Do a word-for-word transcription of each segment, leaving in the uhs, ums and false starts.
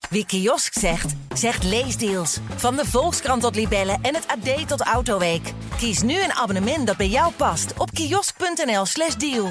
Wie kiosk zegt, zegt leesdeals. Van de Volkskrant tot Libellen en het A D tot Autoweek. Kies nu een abonnement dat bij jou past op kiosk.nl slash deal.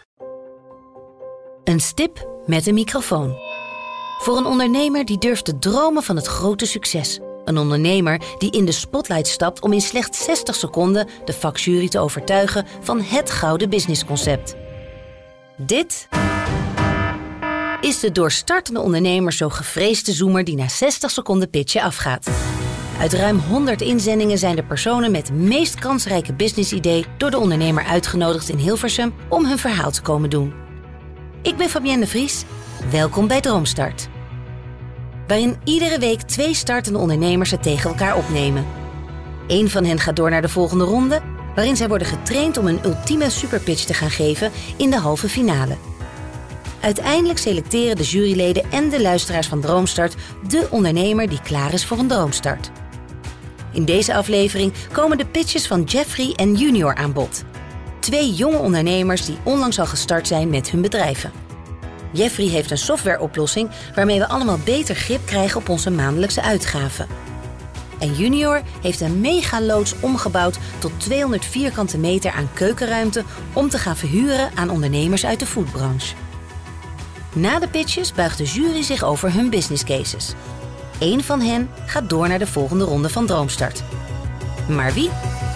Een stip met een microfoon. Voor een ondernemer die durft te dromen van het grote succes. Een ondernemer die in de spotlight stapt om in slechts zestig seconden de vakjury te overtuigen van het gouden businessconcept. Dit is de door startende ondernemer zo gevreesde zoomer die na zestig seconden pitchen afgaat. Uit ruim honderd inzendingen zijn de personen met het meest kansrijke businessidee door de ondernemer uitgenodigd in Hilversum om hun verhaal te komen doen. Ik ben Fabienne de Vries. Welkom bij Droomstart. Waarin iedere week twee startende ondernemers het tegen elkaar opnemen. Eén van hen gaat door naar de volgende ronde, waarin zij worden getraind om een ultieme superpitch te gaan geven in de halve finale. Uiteindelijk selecteren de juryleden en de luisteraars van Droomstart de ondernemer die klaar is voor een droomstart. In deze aflevering komen de pitches van Jeffrey en Junior aan bod. Twee jonge ondernemers die onlangs al gestart zijn met hun bedrijven. Jeffrey heeft een softwareoplossing waarmee we allemaal beter grip krijgen op onze maandelijkse uitgaven. En Junior heeft een megaloods omgebouwd tot tweehonderd vierkante meter aan keukenruimte om te gaan verhuren aan ondernemers uit de foodbranche. Na de pitches buigt de jury zich over hun business cases. Eén van hen gaat door naar de volgende ronde van Droomstart. Maar wie?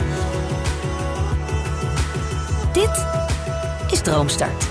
Dit is Droomstart.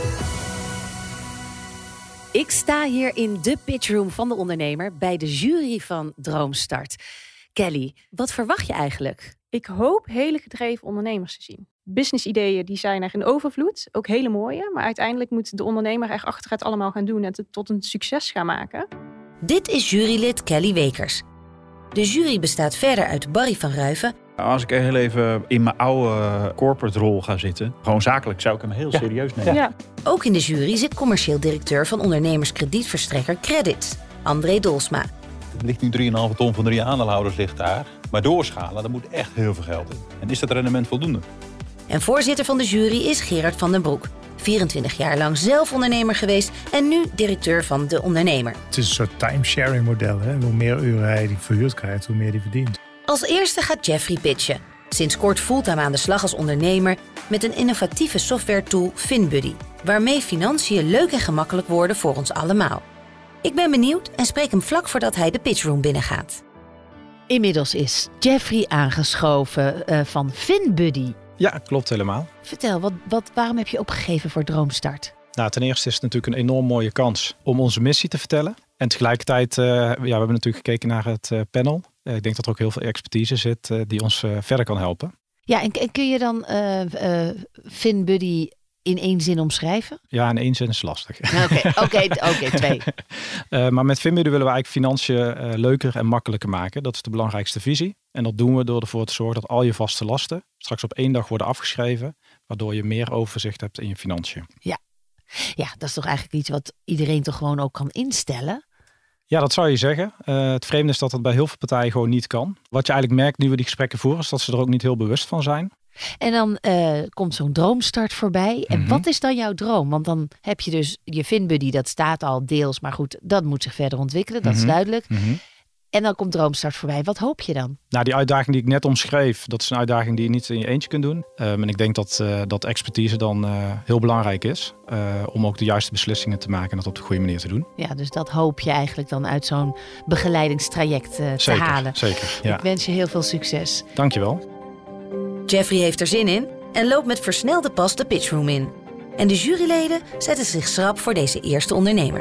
Ik sta hier in de pitchroom van de ondernemer bij de jury van Droomstart. Kelly, wat verwacht je eigenlijk? Ik hoop hele gedreven ondernemers te zien. Business-ideeën die zijn er in overvloed, ook hele mooie. Maar uiteindelijk moet de ondernemer er achter het allemaal gaan doen en het tot een succes gaan maken. Dit is jurylid Kelly Wekers. De jury bestaat verder uit Barry van Ruiven. Als ik heel even in mijn oude corporate rol ga zitten, gewoon zakelijk, zou ik hem heel ja. serieus nemen. Ja. Ook in de jury zit commercieel directeur van ondernemerskredietverstrekker Credits, André Dolsma. Er ligt nu drie komma vijf ton van drie aandeelhouders ligt daar. Maar doorschalen, daar moet echt heel veel geld in. En is dat rendement voldoende? En voorzitter van de jury is Gerard van den Broek. vierentwintig jaar lang zelf ondernemer geweest en nu directeur van De Ondernemer. Het is een soort timesharing model. Hè? Hoe meer uren hij die verhuurd krijgt, hoe meer hij verdient. Als eerste gaat Jeffrey pitchen. Sinds kort fulltime aan de slag als ondernemer met een innovatieve software tool FinBuddy, waarmee financiën leuk en gemakkelijk worden voor ons allemaal. Ik ben benieuwd en spreek hem vlak voordat hij de pitchroom binnengaat. Inmiddels is Jeffrey aangeschoven uh, van FinBuddy. Ja, klopt helemaal. Vertel, wat, wat, waarom heb je opgegeven voor Droomstart? Nou, ten eerste is het natuurlijk een enorm mooie kans om onze missie te vertellen. En tegelijkertijd, uh, ja, we hebben natuurlijk gekeken naar het uh, panel. Uh, ik denk dat er ook heel veel expertise zit uh, die ons uh, verder kan helpen. Ja, en, en kun je dan uh, uh, FinBuddy in één zin omschrijven? Ja, in één zin is lastig. Oké, oké, oké, twee. Uh, maar met FinBuddy willen we eigenlijk financiën uh, leuker en makkelijker maken. Dat is de belangrijkste visie. En dat doen we door ervoor te zorgen dat al je vaste lasten straks op één dag worden afgeschreven, waardoor je meer overzicht hebt in je financiën. Ja. Ja, dat is toch eigenlijk iets wat iedereen toch gewoon ook kan instellen? Ja, dat zou je zeggen. Uh, het vreemde is dat dat bij heel veel partijen gewoon niet kan. Wat je eigenlijk merkt nu we die gesprekken voeren, is dat ze er ook niet heel bewust van zijn. En dan uh, komt zo'n droomstart voorbij. En Mm-hmm. wat is dan jouw droom? Want dan heb je dus je FinBuddy, dat staat al deels. Maar goed, dat moet zich verder ontwikkelen. Dat Mm-hmm. is duidelijk. Mm-hmm. En dan komt Droomstart voorbij. Wat hoop je dan? Nou, die uitdaging die ik net omschreef, dat is een uitdaging die je niet in je eentje kunt doen. Um, en ik denk dat, uh, dat expertise dan uh, heel belangrijk is. Uh, om ook de juiste beslissingen te maken en dat op de goede manier te doen. Ja, dus dat hoop je eigenlijk dan uit zo'n begeleidingstraject uh, te zeker, halen. Zeker, ja. Ik wens je heel veel succes. Dankjewel. Jeffrey heeft er zin in en loopt met versnelde pas de pitchroom in. En de juryleden zetten zich schrap voor deze eerste ondernemer.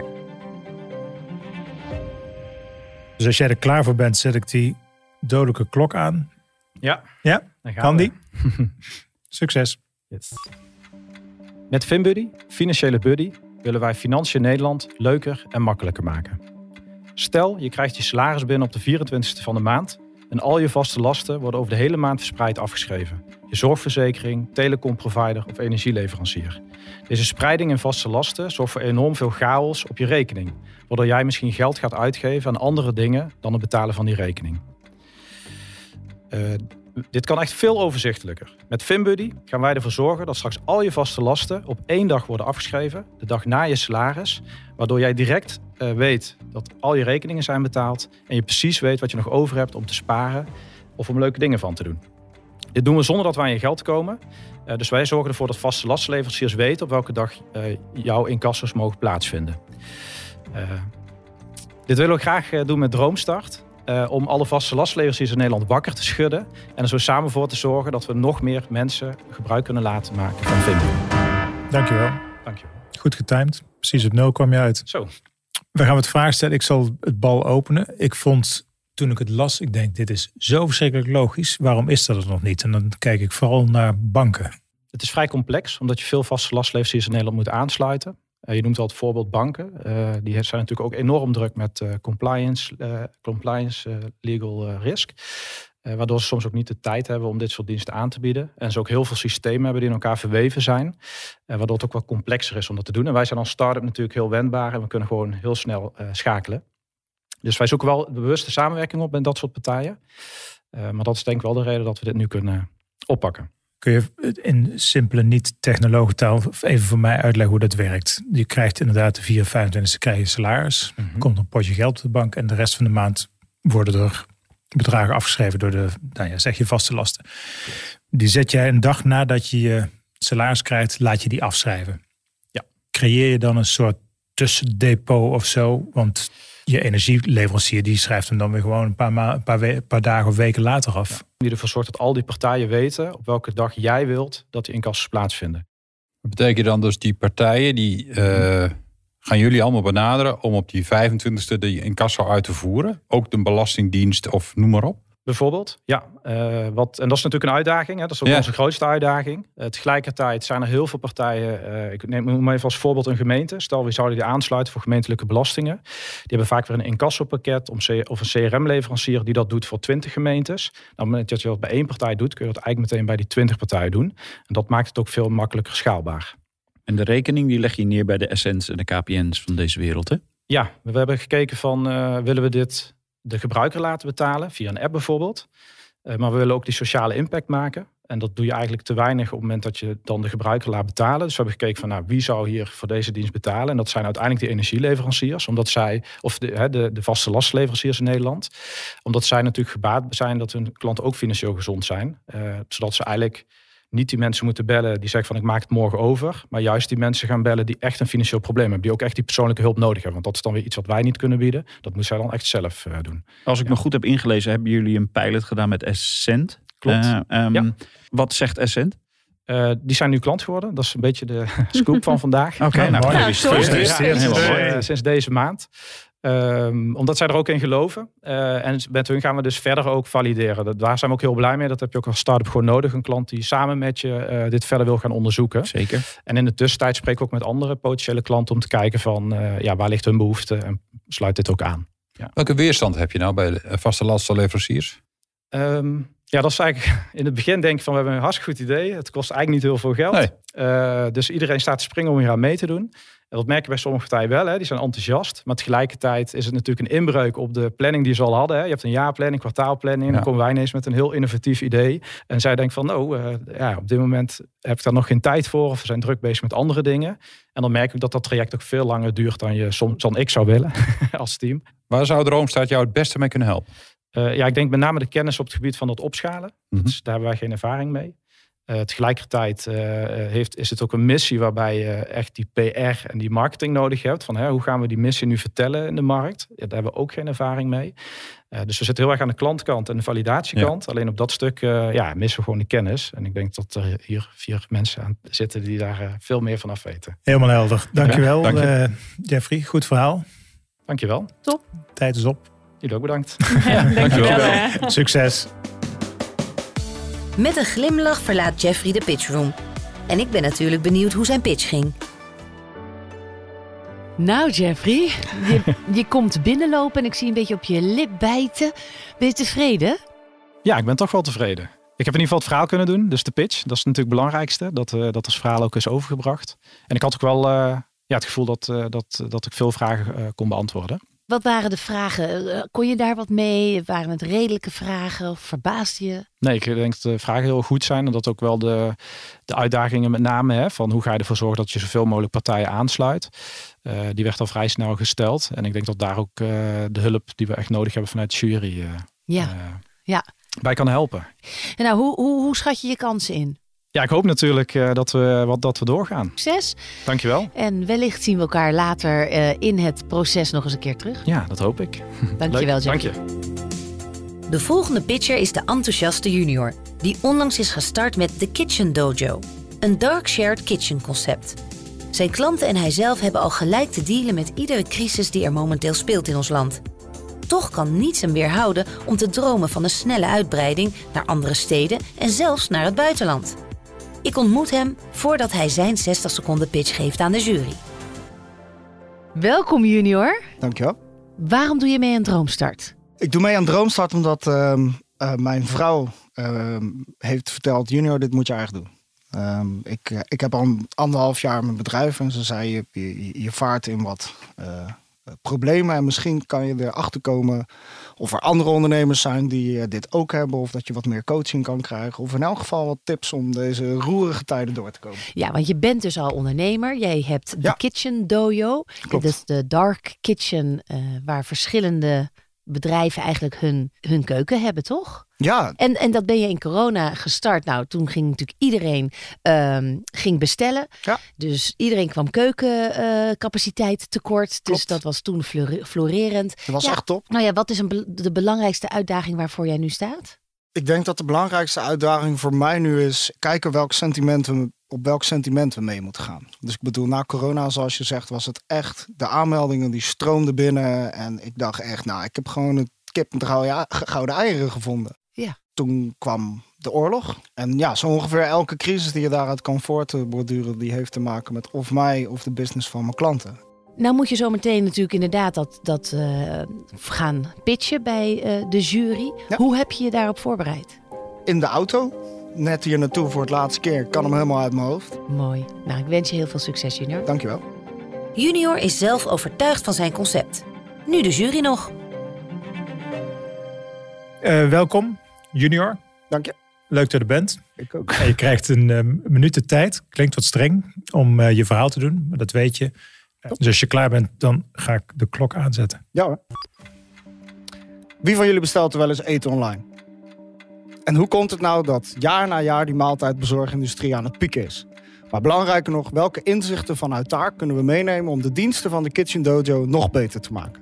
Dus als jij er klaar voor bent, zet ik die dodelijke klok aan. Ja, Ja, dan gaan kan we. die? Succes. Yes. Met FinBuddy, Financiële Buddy, willen wij financiën in Nederland leuker en makkelijker maken. Stel, je krijgt je salaris binnen op de vierentwintigste van de maand en al je vaste lasten worden over de hele maand verspreid afgeschreven. Je zorgverzekering, telecomprovider of energieleverancier. Deze spreiding in vaste lasten zorgt voor enorm veel chaos op je rekening, waardoor jij misschien geld gaat uitgeven aan andere dingen dan het betalen van die rekening. Uh, Dit kan echt veel overzichtelijker. Met FinBuddy gaan wij ervoor zorgen dat straks al je vaste lasten op één dag worden afgeschreven. De dag na je salaris. Waardoor jij direct uh, weet dat al je rekeningen zijn betaald. En je precies weet wat je nog over hebt om te sparen of om leuke dingen van te doen. Dit doen we zonder dat we aan je geld komen. Uh, dus wij zorgen ervoor dat vaste lastenleveranciers weten op welke dag uh, jouw incassos mogen plaatsvinden. Uh, dit willen we graag uh, doen met Droomstart. Uh, om alle vaste lastenleveranciers in Nederland wakker te schudden. En er zo samen voor te zorgen dat we nog meer mensen gebruik kunnen laten maken van FinBuddy. Dankjewel. Dankjewel. Goed getimed. Precies op nul kwam je uit. Zo. We gaan wat vragen stellen. Ik zal het bal openen. Ik vond, toen ik het las, ik denk, dit is zo verschrikkelijk logisch. Waarom is dat er nog niet? En dan kijk ik vooral naar banken. Het is vrij complex, omdat je veel vaste lastenleveranciers in Nederland moet aansluiten. Uh, je noemt al het voorbeeld banken. Uh, die zijn natuurlijk ook enorm druk met uh, compliance, uh, compliance uh, legal uh, risk. Uh, waardoor ze soms ook niet de tijd hebben om dit soort diensten aan te bieden. En ze ook heel veel systemen hebben die in elkaar verweven zijn. Uh, waardoor het ook wat complexer is om dat te doen. En wij zijn als start-up natuurlijk heel wendbaar. En we kunnen gewoon heel snel uh, schakelen. Dus wij zoeken wel bewuste samenwerking op met dat soort partijen. Uh, maar dat is denk ik wel de reden dat we dit nu kunnen oppakken. Kun je in simpele niet-technologentaal even voor mij uitleggen hoe dat werkt? Je krijgt inderdaad de vier vijfentwintigste krijg je salaris. Mm-hmm. Komt een potje geld op de bank. En de rest van de maand worden er bedragen afgeschreven door de, nou ja, zeg je vaste lasten. Die zet jij een dag nadat je je salaris krijgt, laat je die afschrijven. Ja. Creëer je dan een soort tussendepot of zo? Want je energieleverancier die schrijft hem dan weer gewoon een paar, ma- een paar, we- een paar dagen of weken later af. Ja. Die ervoor zorgt dat al die partijen weten op welke dag jij wilt dat die incassos plaatsvinden. Dat betekent dan dus die partijen die uh, gaan jullie allemaal benaderen om op die vijfentwintigste de incasso uit te voeren? Ook de belastingdienst of noem maar op? Bijvoorbeeld, ja. Uh, wat, en dat is natuurlijk een uitdaging. Hè? Dat is ook ja. onze grootste uitdaging. Uh, tegelijkertijd zijn er heel veel partijen. Uh, ik neem maar even als voorbeeld een gemeente. Stel, we zouden die aansluiten voor gemeentelijke belastingen. Die hebben vaak weer een incassopakket om C- of een C R M-leverancier die dat doet voor twintig gemeentes. Nou, op het moment dat je dat bij één partij doet, kun je dat eigenlijk meteen bij die twintig partijen doen. En dat maakt het ook veel makkelijker schaalbaar. En de rekening die leg je neer bij de Essents en de K P N's van deze wereld, hè? Ja, we hebben gekeken van uh, willen we dit de gebruiker laten betalen, via een app bijvoorbeeld. Uh, maar we willen ook die sociale impact maken. En dat doe je eigenlijk te weinig op het moment dat je dan de gebruiker laat betalen. Dus we hebben gekeken van nou, wie zou hier voor deze dienst betalen? En dat zijn uiteindelijk de energieleveranciers. Omdat zij, of de, de, de vaste lastenleveranciers in Nederland. Omdat zij natuurlijk gebaat zijn dat hun klanten ook financieel gezond zijn. Uh, zodat ze eigenlijk niet die mensen moeten bellen die zeggen van ik maak het morgen over. Maar juist die mensen gaan bellen die echt een financieel probleem hebben. Die ook echt die persoonlijke hulp nodig hebben. Want dat is dan weer iets wat wij niet kunnen bieden. Dat moet zij dan echt zelf uh, doen. Als ik ja. me goed heb ingelezen, hebben jullie een pilot gedaan met Essent. Klopt. Uh, um, ja. Wat zegt Essent? Uh, die zijn nu klant geworden. Dat is een beetje de scoop van vandaag. Oké, okay, nou, mooi. ja, Gefeliciteerd. Ja, sinds, uh, sinds deze maand. Um, omdat zij er ook in geloven. Uh, en met hun gaan we dus verder ook valideren. Dat, daar zijn we ook heel blij mee. Dat heb je ook als start-up gewoon nodig. Een klant die samen met je uh, dit verder wil gaan onderzoeken. Zeker. En in de tussentijd spreek ik ook met andere potentiële klanten om te kijken van uh, ja, waar ligt hun behoefte en sluit dit ook aan. Ja. Welke weerstand heb je nou bij de vaste lastenleveranciers? Um, ja, dat is eigenlijk in het begin denk ik van we hebben een hartstikke goed idee. Het kost eigenlijk niet heel veel geld. Nee. Uh, dus iedereen staat te springen om hier aan mee te doen. En dat merk je bij sommige partijen wel. Hè. Die zijn enthousiast. Maar tegelijkertijd is het natuurlijk een inbreuk op de planning die ze al hadden. Hè. Je hebt een jaarplanning, kwartaalplanning. En dan Ja. komen wij ineens met een heel innovatief idee. En zij denken van, nou, uh, ja, op dit moment heb ik daar nog geen tijd voor. Of we zijn druk bezig met andere dingen. En dan merk ik dat dat traject ook veel langer duurt dan, je soms, dan ik zou willen als team. Waar zou Droomstart jou het beste mee kunnen helpen? Uh, ja, ik denk met name de kennis op het gebied van dat opschalen. Mm-hmm. Dus daar hebben wij geen ervaring mee. Uh, tegelijkertijd uh, heeft, is het ook een missie waarbij je echt die P R en die marketing nodig hebt. Van hè, hoe gaan we die missie nu vertellen in de markt? Ja, daar hebben we ook geen ervaring mee. Uh, dus we zitten heel erg aan de klantkant en de validatiekant. Ja. Alleen op dat stuk uh, ja, missen we gewoon de kennis. En ik denk dat er hier vier mensen aan zitten die daar uh, veel meer van af weten. Helemaal helder. Dankjewel, ja, dank je. uh, Jeffrey. Goed verhaal. Dankjewel. Top. Tijd is op. Jullie ook bedankt. Ja, dankjewel. Hè. Succes. Met een glimlach verlaat Jeffrey de pitchroom. En ik ben natuurlijk benieuwd hoe zijn pitch ging. Nou Jeffrey, je, je komt binnenlopen en ik zie een beetje op je lip bijten. Ben je tevreden? Ja, ik ben toch wel tevreden. Ik heb in ieder geval het verhaal kunnen doen, dus de pitch. Dat is natuurlijk het belangrijkste, dat, uh, dat ons verhaal ook is overgebracht. En ik had ook wel uh, ja, het gevoel dat, uh, dat, dat ik veel vragen uh, kon beantwoorden. Wat waren de vragen? Kon je daar wat mee? Waren het redelijke vragen of verbaasde je? Nee, ik denk dat de vragen heel goed zijn. En dat ook wel de, de uitdagingen met name, hè, van hoe ga je ervoor zorgen dat je zoveel mogelijk partijen aansluit. Uh, die werd al vrij snel gesteld. En ik denk dat daar ook uh, de hulp die we echt nodig hebben vanuit de jury uh, ja. Uh, ja. bij kan helpen. En nou, hoe, hoe, hoe schat je je kansen in? Ja, ik hoop natuurlijk uh, dat, we, wat, dat we doorgaan. Succes. Dankjewel. En wellicht zien we elkaar later uh, in het proces nog eens een keer terug. Ja, dat hoop ik. Dankjewel, Jack. Dank je. De volgende pitcher is de enthousiaste junior, die onlangs is gestart met The Kitchen Dojo, een dark shared kitchen concept. Zijn klanten en hijzelf hebben al gelijk te dealen met iedere crisis die er momenteel speelt in ons land. Toch kan niets hem weerhouden om te dromen van een snelle uitbreiding naar andere steden en zelfs naar het buitenland. Ik ontmoet hem voordat hij zijn zestig seconden pitch geeft aan de jury. Welkom junior. Dankjewel. Waarom doe je mee aan Droomstart? Ik doe mee aan Droomstart omdat uh, uh, mijn vrouw uh, heeft verteld... Junior, dit moet je eigenlijk doen. Um, ik, uh, ik heb al anderhalf jaar mijn bedrijf en ze zei... je, je, je vaart in wat uh, problemen en misschien kan je erachter komen... of er andere ondernemers zijn die uh, dit ook hebben... of dat je wat meer coaching kan krijgen... of in elk geval wat tips om deze roerige tijden door te komen. Ja, want je bent dus al ondernemer. Jij hebt de ja. Kitchen Dojo. Klopt. Dat is de dark kitchen uh, waar verschillende... bedrijven eigenlijk hun, hun keuken hebben, toch? Ja. En, en dat ben je in corona gestart. Nou, toen ging natuurlijk iedereen um, ging bestellen. Ja. Dus iedereen kwam keukencapaciteit uh, tekort. Klopt. Dus dat was toen florerend. Dat was ja, echt top. Nou ja, wat is een be- de belangrijkste uitdaging waarvoor jij nu staat? Ik denk dat de belangrijkste uitdaging voor mij nu is... kijken welk sentiment we, op welk sentiment we mee moeten gaan. Dus ik bedoel, na corona, zoals je zegt, was het echt... de aanmeldingen die stroomden binnen. En ik dacht echt, nou, ik heb gewoon het kip met de gouden eieren gevonden. Ja. Toen kwam de oorlog. En ja, zo ongeveer elke crisis die je daaruit kan voortborduren... die heeft te maken met of mij of de business van mijn klanten. Nou moet je zo meteen natuurlijk inderdaad dat, dat uh, gaan pitchen bij uh, de jury. Ja. Hoe heb je je daarop voorbereid? In de auto. Net hier naartoe voor het laatste keer. Ik kan hem helemaal uit mijn hoofd. Mooi. Nou, ik wens je heel veel succes, Junior. Dankjewel. Junior is zelf overtuigd van zijn concept. Nu de jury nog. Uh, welkom, Junior. Dank je. Leuk dat je er bent. Ik ook. En je krijgt een uh, minuut de tijd. Klinkt wat streng om uh, je verhaal te doen, maar dat weet je. Dus als je klaar bent, dan ga ik de klok aanzetten. Ja hoor. Wie van jullie bestelt er wel eens eten online? En hoe komt het nou dat jaar na jaar die maaltijdbezorgindustrie aan het pieken is? Maar belangrijker nog, welke inzichten vanuit daar kunnen we meenemen... om de diensten van de Kitchen Dojo nog beter te maken?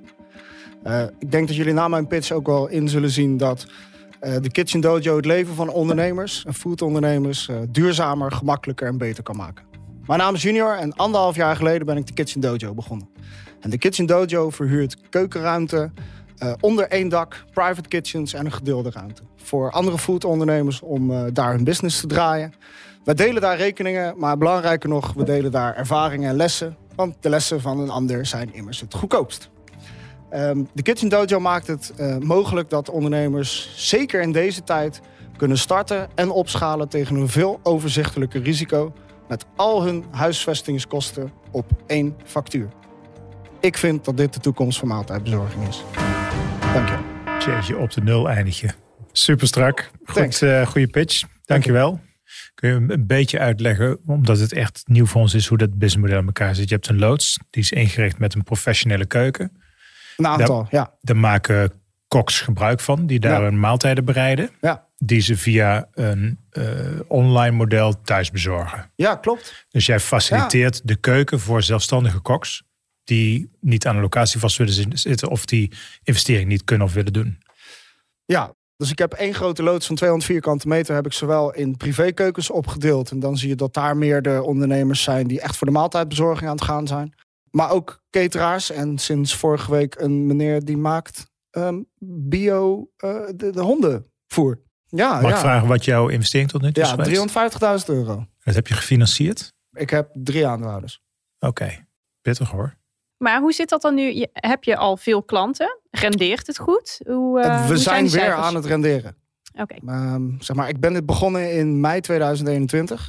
Uh, ik denk dat jullie na mijn pitch ook wel in zullen zien... dat uh, de Kitchen Dojo het leven van ondernemers en foodondernemers... Uh, duurzamer, gemakkelijker en beter kan maken. Mijn naam is Junior en anderhalf jaar geleden ben ik de Kitchen Dojo begonnen. En de Kitchen Dojo verhuurt keukenruimte uh, onder één dak, private kitchens en een gedeelde ruimte. Voor andere foodondernemers om uh, daar hun business te draaien. Wij delen daar rekeningen, maar belangrijker nog, we delen daar ervaringen en lessen. Want de lessen van een ander zijn immers het goedkoopst. Um, de Kitchen Dojo maakt het uh, mogelijk dat ondernemers, zeker in deze tijd, kunnen starten en opschalen tegen een veel overzichtelijker risico... met al hun huisvestingskosten op één factuur. Ik vind dat dit de toekomst van maaltijdbezorging is. Dank je. Jeetje, op de nul eindig je. Super strak. Goed, uh, goede pitch. Dank je wel. Kun je een beetje uitleggen, omdat het echt nieuw voor ons is... hoe dat businessmodel in elkaar zit. Je hebt een loods, die is ingericht met een professionele keuken. Een aantal, daar, ja. Daar maken koks gebruik van, die daar ja. hun maaltijden bereiden. Ja. Die ze via een uh, online model thuis bezorgen. Ja, klopt. Dus jij faciliteert ja. de keuken voor zelfstandige koks... die niet aan een locatie vast willen zitten... of die investering niet kunnen of willen doen. Ja, dus ik heb één grote loods van tweehonderd vierkante meter... heb ik zowel in privékeukens opgedeeld. En dan zie je dat daar meer de ondernemers zijn... die echt voor de maaltijdbezorging aan het gaan zijn. Maar ook cateraars. En sinds vorige week een meneer die maakt um, bio uh, de, de hondenvoer. Ja, Mag ja. ik vragen wat jouw investering tot nu toe is Ja, geweest? driehonderdvijftigduizend euro. Dat heb je gefinancierd? Ik heb drie aandeelhouders. Oké, okay. Pittig hoor. Maar hoe zit dat dan nu? Je, heb je al veel klanten? Rendeert het goed? Hoe, uh, We hoe zijn, zijn weer aan het renderen. Oké. Okay. Um, zeg maar, ik ben dit begonnen in mei tweeduizend eenentwintig.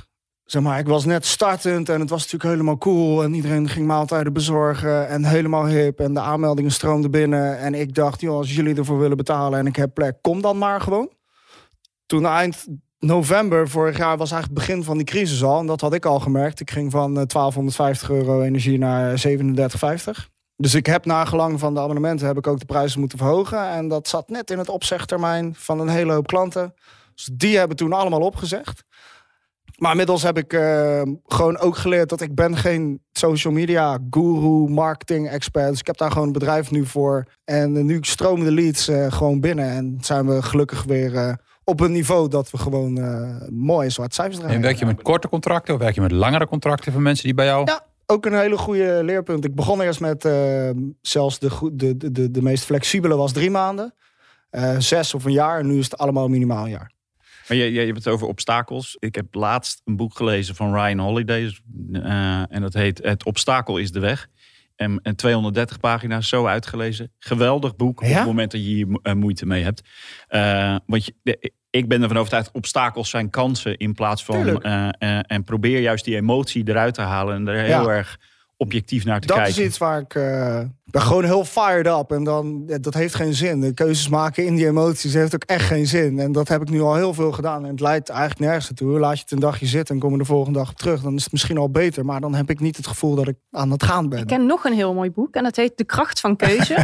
zeg maar, ik was net startend en het was natuurlijk helemaal cool. En iedereen ging maaltijden bezorgen en helemaal hip. En de aanmeldingen stroomden binnen. En ik dacht, joh, als jullie ervoor willen betalen en ik heb plek, kom dan maar gewoon. Toen eind november vorig jaar was eigenlijk het begin van die crisis al. En dat had ik al gemerkt. Ik ging van twaalfhonderdvijftig euro energie naar zevenendertig vijftig. Dus ik heb nagelang van de abonnementen heb ik ook de prijzen moeten verhogen. En dat zat net in het opzegtermijn van een hele hoop klanten. Dus die hebben toen allemaal opgezegd. Maar inmiddels heb ik uh, gewoon ook geleerd dat ik ben geen social media guru, marketing expert. Dus ik heb daar gewoon een bedrijf nu voor. En uh, nu stromen de leads uh, gewoon binnen. En zijn we gelukkig weer uh, op een niveau dat we gewoon uh, mooie zwarte cijfers draaien. En werk je met korte contracten of werk je met langere contracten voor mensen die bij jou... Ja, ook een hele goede leerpunt. Ik begon eerst met uh, zelfs de, de, de, de, de meest flexibele was drie maanden. Uh, zes of een jaar. En nu is het allemaal minimaal een jaar. Maar je, je hebt het over obstakels. Ik heb laatst een boek gelezen van Ryan Holiday. Uh, en dat heet Het obstakel is de weg. En, en tweehonderddertig pagina's, zo uitgelezen. Geweldig boek ja? op het moment dat je hier uh, moeite mee hebt. Uh, want je, de, ik ben ervan overtuigd, obstakels zijn kansen in plaats van... Uh, uh, en probeer juist die emotie eruit te halen en er heel ja. erg objectief naar te dat kijken. Dat is iets waar ik... Uh, ben gewoon heel fired up. En dan, dat heeft geen zin. De keuzes maken in die emoties heeft ook echt geen zin. En dat heb ik nu al heel veel gedaan. En het leidt eigenlijk nergens naartoe. Laat je het een dagje zitten en kom je de volgende dag terug. Dan is het misschien al beter. Maar dan heb ik niet het gevoel dat ik aan het gaan ben. Ik ken nog een heel mooi boek. En dat heet De Kracht van Keuze.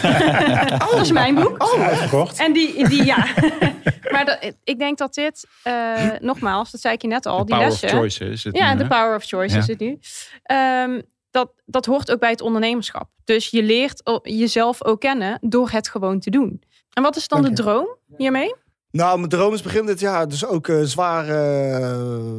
oh, dat is mijn boek. Oh, uitverkocht. En die, die ja. maar dat, ik denk dat dit, uh, nogmaals, dat zei ik je net al. The die power lessen. of choice is het. Ja, nu, de power of choice ja. is het nu. Um, Dat, dat hoort ook bij het ondernemerschap. Dus je leert jezelf ook kennen door het gewoon te doen. En wat is dan Dank de je. droom hiermee? Nou, mijn droom is begin dit jaar dus ook uh, zwaar uh,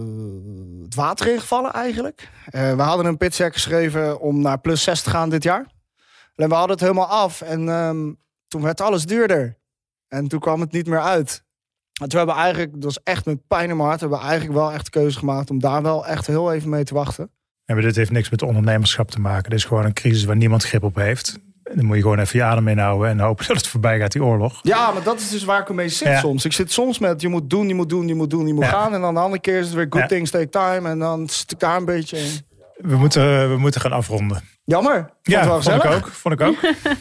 het water ingevallen eigenlijk. Uh, we hadden een pitch geschreven om naar plus zes te gaan dit jaar. En we hadden het helemaal af en um, toen werd alles duurder. En toen kwam het niet meer uit. En toen hebben we eigenlijk, dat was echt met pijn in mijn hart, hebben we eigenlijk wel echt de keuze gemaakt om daar wel echt heel even mee te wachten. Ja, maar dit heeft niks met ondernemerschap te maken. Dit is gewoon een crisis waar niemand grip op heeft. En dan moet je gewoon even je adem inhouden en hopen dat het voorbij gaat, die oorlog. Ja, maar dat is dus waar ik mee zit ja. soms. Ik zit soms met je moet doen, je moet doen, je moet doen, je moet ja. gaan. En dan de andere keer is het weer good ja. things take time. En dan zit ik daar een beetje in. We moeten, we moeten gaan afronden. Jammer. Vond ja, wel vond ik ook. Vond ik ook.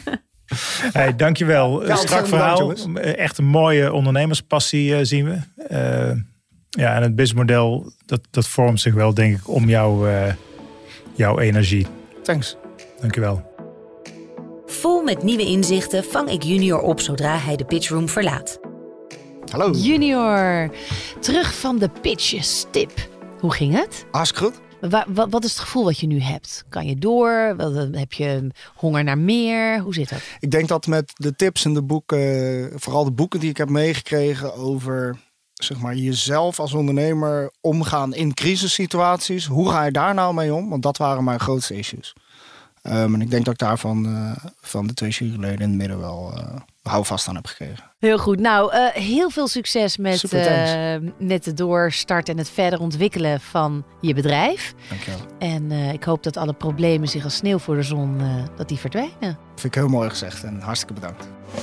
Hey, dankjewel. Ja, strak verhaal. Bedankt, echt een mooie ondernemerspassie uh, zien we. Uh, ja, en het businessmodel, dat, dat vormt zich wel, denk ik, om jou... Uh, jouw energie. Thanks. Dankjewel. Vol met nieuwe inzichten vang ik Junior op zodra hij de pitchroom verlaat. Hallo. Junior, terug van de pitches-tip. Hoe ging het? Hartstikke goed. Wa- wa- wat is het gevoel wat je nu hebt? Kan je door? Heb je honger naar meer? Hoe zit dat? Ik denk dat met de tips en de boeken, vooral de boeken die ik heb meegekregen over... zeg maar, jezelf als ondernemer omgaan in crisissituaties. Hoe ga je daar nou mee om? Want dat waren mijn grootste issues. Um, en ik denk dat ik daarvan uh, van de twee juryleden in het midden wel uh, houvast aan heb gekregen. Heel goed. Nou, uh, heel veel succes met, uh, met de doorstart en het verder ontwikkelen van je bedrijf. Dankjewel. En uh, ik hoop dat alle problemen zich als sneeuw voor de zon, uh, dat die verdwijnen. Dat vind ik heel mooi gezegd en hartstikke bedankt.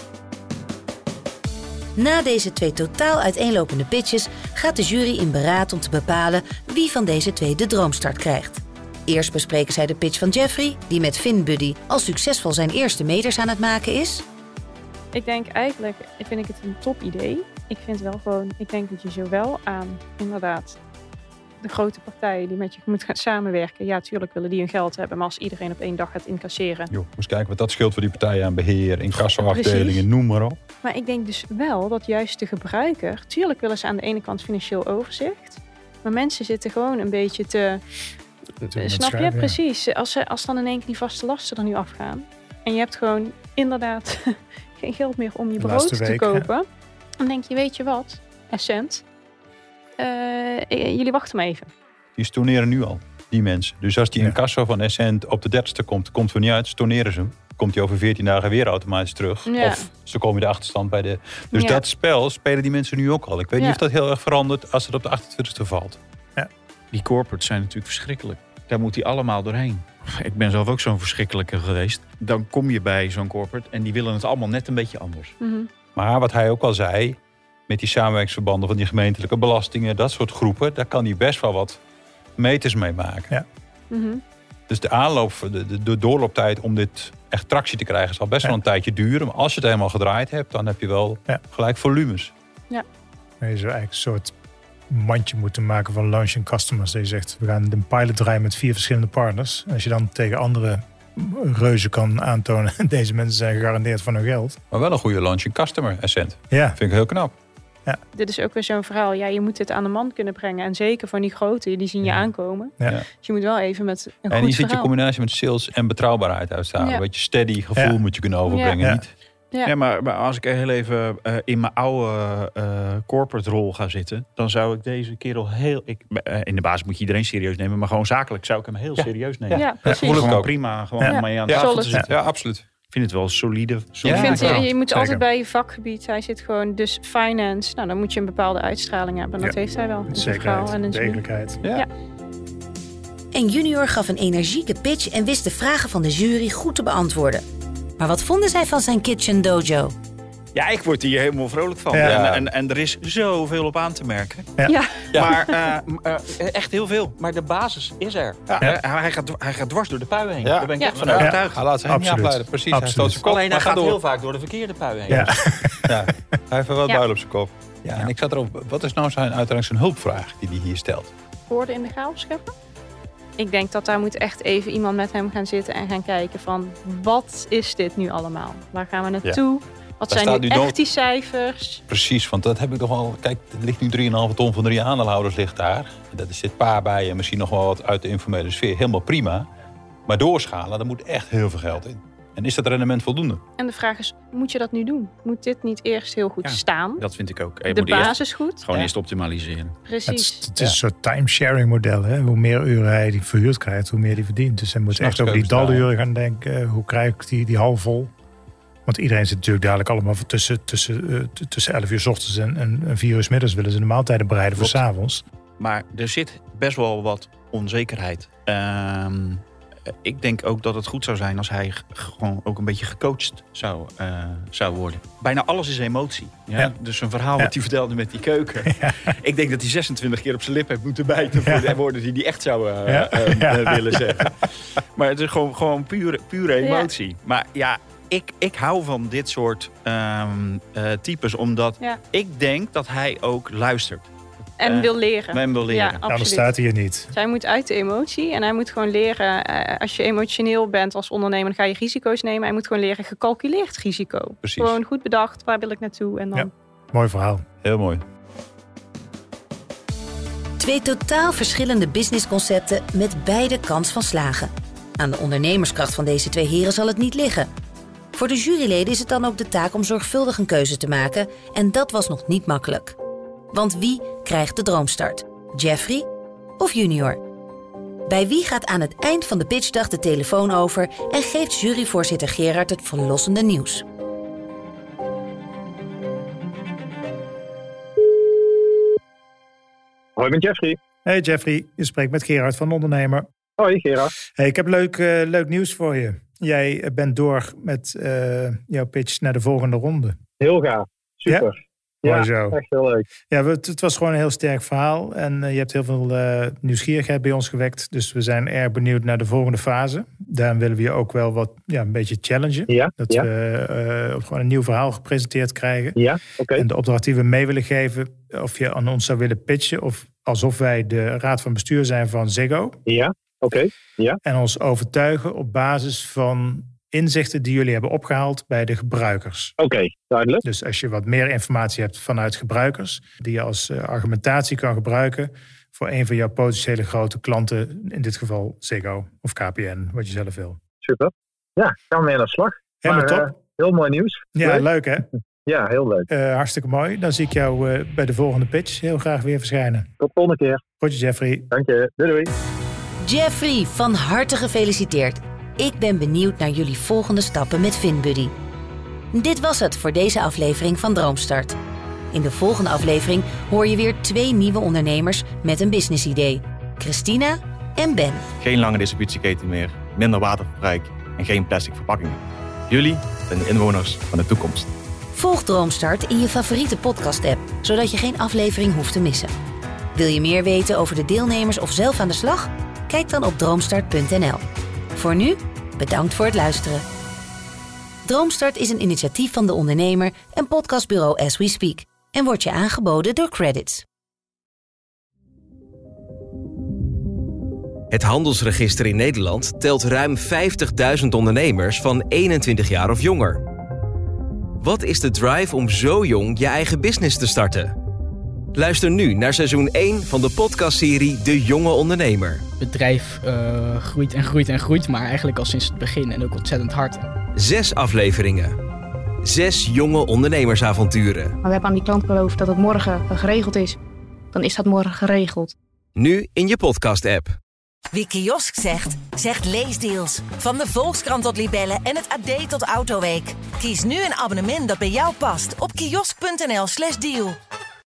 Na deze twee totaal uiteenlopende pitches gaat de jury in beraad om te bepalen wie van deze twee de droomstart krijgt. Eerst bespreken zij de pitch van Jeffrey, die met FinBuddy al succesvol zijn eerste meters aan het maken is. Ik denk eigenlijk, vind ik het een top idee. Ik vind wel gewoon, ik denk dat je zowel aan inderdaad de grote partijen die met je moeten gaan samenwerken. Ja, tuurlijk willen die hun geld hebben, maar als iedereen op één dag gaat incasseren. Jo, moest kijken wat dat scheelt voor die partijen aan beheer, incassoafdelingen, noem maar op. Maar ik denk dus wel dat juist de gebruiker, tuurlijk willen ze aan de ene kant financieel overzicht, maar mensen zitten gewoon een beetje te... Snap je? Ja. Precies. Als, als dan in één keer die vaste lasten er nu afgaan. En je hebt gewoon inderdaad geen geld meer om je brood week, te kopen. Ja. Dan denk je, weet je wat? Essent. Uh, jullie wachten maar even. Die storneren nu al, die mensen. Dus als die ja. incasso van Essent op de dertigste komt, komt er niet uit, storneren ze hem. Komt hij over veertien dagen weer automatisch terug. Ja. Of ze komen de achterstand bij de... Dus ja. dat spel spelen die mensen nu ook al. Ik weet ja. niet of dat heel erg verandert als het op de achtentwintigste valt. Ja. Die corporates zijn natuurlijk verschrikkelijk. Daar moet hij allemaal doorheen. Ik ben zelf ook zo'n verschrikkelijke geweest. Dan kom je bij zo'n corporate en die willen het allemaal net een beetje anders. Mm-hmm. Maar wat hij ook al zei, met die samenwerkingsverbanden van die gemeentelijke belastingen, dat soort groepen, daar kan hij best wel wat meters mee maken. Ja. Mm-hmm. Dus de aanloop, de, de, de doorlooptijd om dit echt tractie te krijgen... zal best ja. wel een tijdje duren. Maar als je het helemaal gedraaid hebt, dan heb je wel ja. gelijk volumes. Ja. Je zou eigenlijk een soort mandje moeten maken van launching customers. Dat je zegt, we gaan een pilot draaien met vier verschillende partners. En als je dan tegen andere reuzen kan aantonen... deze mensen zijn gegarandeerd van hun geld. Maar wel een goede launching customer, Ascent. Ja. Vind ik heel knap. Ja. Dit is ook weer zo'n verhaal. Ja, je moet dit aan de man kunnen brengen. En zeker van die grote, die zien je ja. aankomen. Ja. Dus je moet wel even met een en goed En je ziet verhaal. je combinatie met sales en betrouwbaarheid uitstralen. Ja. Een beetje steady gevoel ja. moet je kunnen overbrengen. Ja. Niet? Ja, ja maar, maar als ik heel even uh, in mijn oude uh, corporate rol ga zitten... dan zou ik deze kerel heel... Ik, uh, in de basis moet je iedereen serieus nemen... maar gewoon zakelijk zou ik hem heel ja. serieus nemen. Ja, precies. Ja, gewoon prima, gewoon ja. mee aan ja. tafel te zitten. Ja, absoluut. Ik vind het wel solide. solide. Ik vind, ja, je, je moet zeker. altijd bij je vakgebied... Hij zit gewoon, dus finance... Nou, dan moet je een bepaalde uitstraling hebben. En dat ja. heeft hij wel. In zijn verhaal en in zijn degelijkheid. Ja. Ja. En Junior gaf een energieke pitch... en wist de vragen van de jury goed te beantwoorden. Maar wat vonden zij van zijn Kitchen Dojo? Ja, ik word hier helemaal vrolijk van. Ja. En, en, en er is zoveel op aan te merken. Ja. Ja. Ja. Maar uh, uh, echt heel veel. Maar de basis is er. Ja. Uh, hij, gaat, hij gaat dwars door de pui heen. Ja. Daar ben ik ja. echt van overtuigd. Hij laat zich niet afleiden. Precies. Absoluut. Hij stoot zijn kop, Alleen hij gaat, gaat door. heel vaak door de verkeerde pui heen. Ja. Ja. Hij heeft wel ja. buil op zijn kop. Ja, en ik zat erop. Wat is nou zijn, uiteindelijk zijn hulpvraag die hij hier stelt? Woorden in de chaos scheppen? Ik denk dat daar moet echt even iemand met hem gaan zitten en gaan kijken van... wat is dit nu allemaal? Waar gaan we naartoe? Ja. Wat Daar zijn nu echt dood... die cijfers? Precies, want dat heb ik toch al... Kijk, er ligt nu drie komma vijf ton van drie aandeelhouders ligt daar. Dat is dit paar bij en misschien nog wel wat uit de informele sfeer. Helemaal prima. Maar doorschalen, daar moet echt heel veel geld in. En is dat rendement voldoende? En de vraag is, moet je dat nu doen? Moet dit niet eerst heel goed ja, staan? Dat vind ik ook. Je de moet basis eerst, goed? Gewoon ja. eerst optimaliseren. Precies. Het, is, het is ja. een soort timesharing model. Hè? Hoe meer uren hij die verhuurd krijgt, hoe meer hij verdient. Dus hij moet echt over die daluren gaan denken. Hoe krijg ik die, die hal vol? Want iedereen zit natuurlijk dadelijk allemaal tussen, tussen, uh, tussen elf uur 's ochtends en, en, en vier uur 's middags willen ze de maaltijden bereiden Klopt. voor 's avonds. Maar er zit best wel wat onzekerheid. Um, ik denk ook dat het goed zou zijn als hij g- gewoon ook een beetje gecoacht zou, uh, zou worden. Bijna alles is emotie. Ja? Ja. Dus een verhaal ja. wat hij vertelde met die keuken. Ja. Ik denk dat hij zesentwintig keer op zijn lip heeft moeten bijten voor ja. de woorden die hij echt zou uh, ja. uh, ja. uh, willen zeggen. Maar het is gewoon, gewoon pure, pure emotie. Ja. Maar ja, ik, ik hou van dit soort um, uh, types, omdat ja. ik denk dat hij ook luistert. En uh, wil leren. En wil leren. Ja, nou, dan staat hij hier niet. Dus hij moet uit de emotie en hij moet gewoon leren... Uh, als je emotioneel bent als ondernemer, dan ga je risico's nemen. Hij moet gewoon leren gecalculeerd risico. Precies. Gewoon goed bedacht, waar wil ik naartoe? En dan... Ja, mooi verhaal. Heel mooi. Twee totaal verschillende businessconcepten met beide kans van slagen. Aan de ondernemerskracht van deze twee heren zal het niet liggen. Voor de juryleden is het dan ook de taak om zorgvuldig een keuze te maken. En dat was nog niet makkelijk. Want wie krijgt de droomstart? Jeffrey of Junior? Bij wie gaat aan het eind van de pitchdag de telefoon over en geeft juryvoorzitter Gerard het verlossende nieuws? Hoi, ik ben Jeffrey. Hey Jeffrey, je spreekt met Gerard van Ondernemer. Hoi Gerard. Hey, ik heb leuk, uh, leuk nieuws voor je. Jij bent door met uh, jouw pitch naar de volgende ronde. Heel gaaf, super. Ja? Ja, zo. Echt heel leuk. Ja, het, het was gewoon een heel sterk verhaal. En uh, je hebt heel veel uh, nieuwsgierigheid bij ons gewekt. Dus we zijn erg benieuwd naar de volgende fase. Daarom willen we je ook wel wat, ja, een beetje challengen. Ja, dat ja. we uh, gewoon een nieuw verhaal gepresenteerd krijgen. Ja, oké. Okay. En de opdracht die we mee willen geven, of je aan ons zou willen pitchen, of alsof wij de raad van bestuur zijn van Ziggo. Ja, oké. Okay. Ja. En ons overtuigen op basis van inzichten die jullie hebben opgehaald bij de gebruikers. Oké, okay, duidelijk. Dus als je wat meer informatie hebt vanuit gebruikers, die je als uh, argumentatie kan gebruiken voor een van jouw potentiële grote klanten, in dit geval Ziggo of K P N, wat je zelf wil. Super. Ja, gaan we mee aan de slag. Helemaal maar, top. Uh, heel mooi nieuws. Ja, leuk, leuk hè? Ja, heel leuk. Uh, hartstikke mooi. Dan zie ik jou uh, bij de volgende pitch heel graag weer verschijnen. Tot de volgende keer. Goed, Jeffrey. Dank je. Doei doei. Jeffrey, van harte gefeliciteerd. Ik ben benieuwd naar jullie volgende stappen met FinBuddy. Dit was het voor deze aflevering van Droomstart. In de volgende aflevering hoor je weer twee nieuwe ondernemers met een businessidee. Christina en Ben. Geen lange distributieketen meer, minder waterverbruik en geen plastic verpakkingen. Jullie zijn de inwoners van de toekomst. Volg Droomstart in je favoriete podcast-app, zodat je geen aflevering hoeft te missen. Wil je meer weten over de deelnemers of zelf aan de slag? Kijk dan op droomstart punt n l. Voor nu, bedankt voor het luisteren. Droomstart is een initiatief van De Ondernemer en podcastbureau As We Speak en wordt je aangeboden door Credits. Het handelsregister in Nederland telt ruim vijftigduizend ondernemers van eenentwintig jaar of jonger. Wat is de drive om zo jong je eigen business te starten? Luister nu naar seizoen één van de podcastserie De Jonge Ondernemer. Het bedrijf uh, groeit en groeit en groeit, maar eigenlijk al sinds het begin en ook ontzettend hard. Zes afleveringen. Zes jonge ondernemersavonturen. Maar we hebben aan die klant beloofd dat het morgen geregeld is. Dan is dat morgen geregeld. Nu in je podcast-app. Wie kiosk zegt, zegt leesdeals. Van de Volkskrant tot Libellen en het A D tot Autoweek. Kies nu een abonnement dat bij jou past op kiosk punt n l slash deal.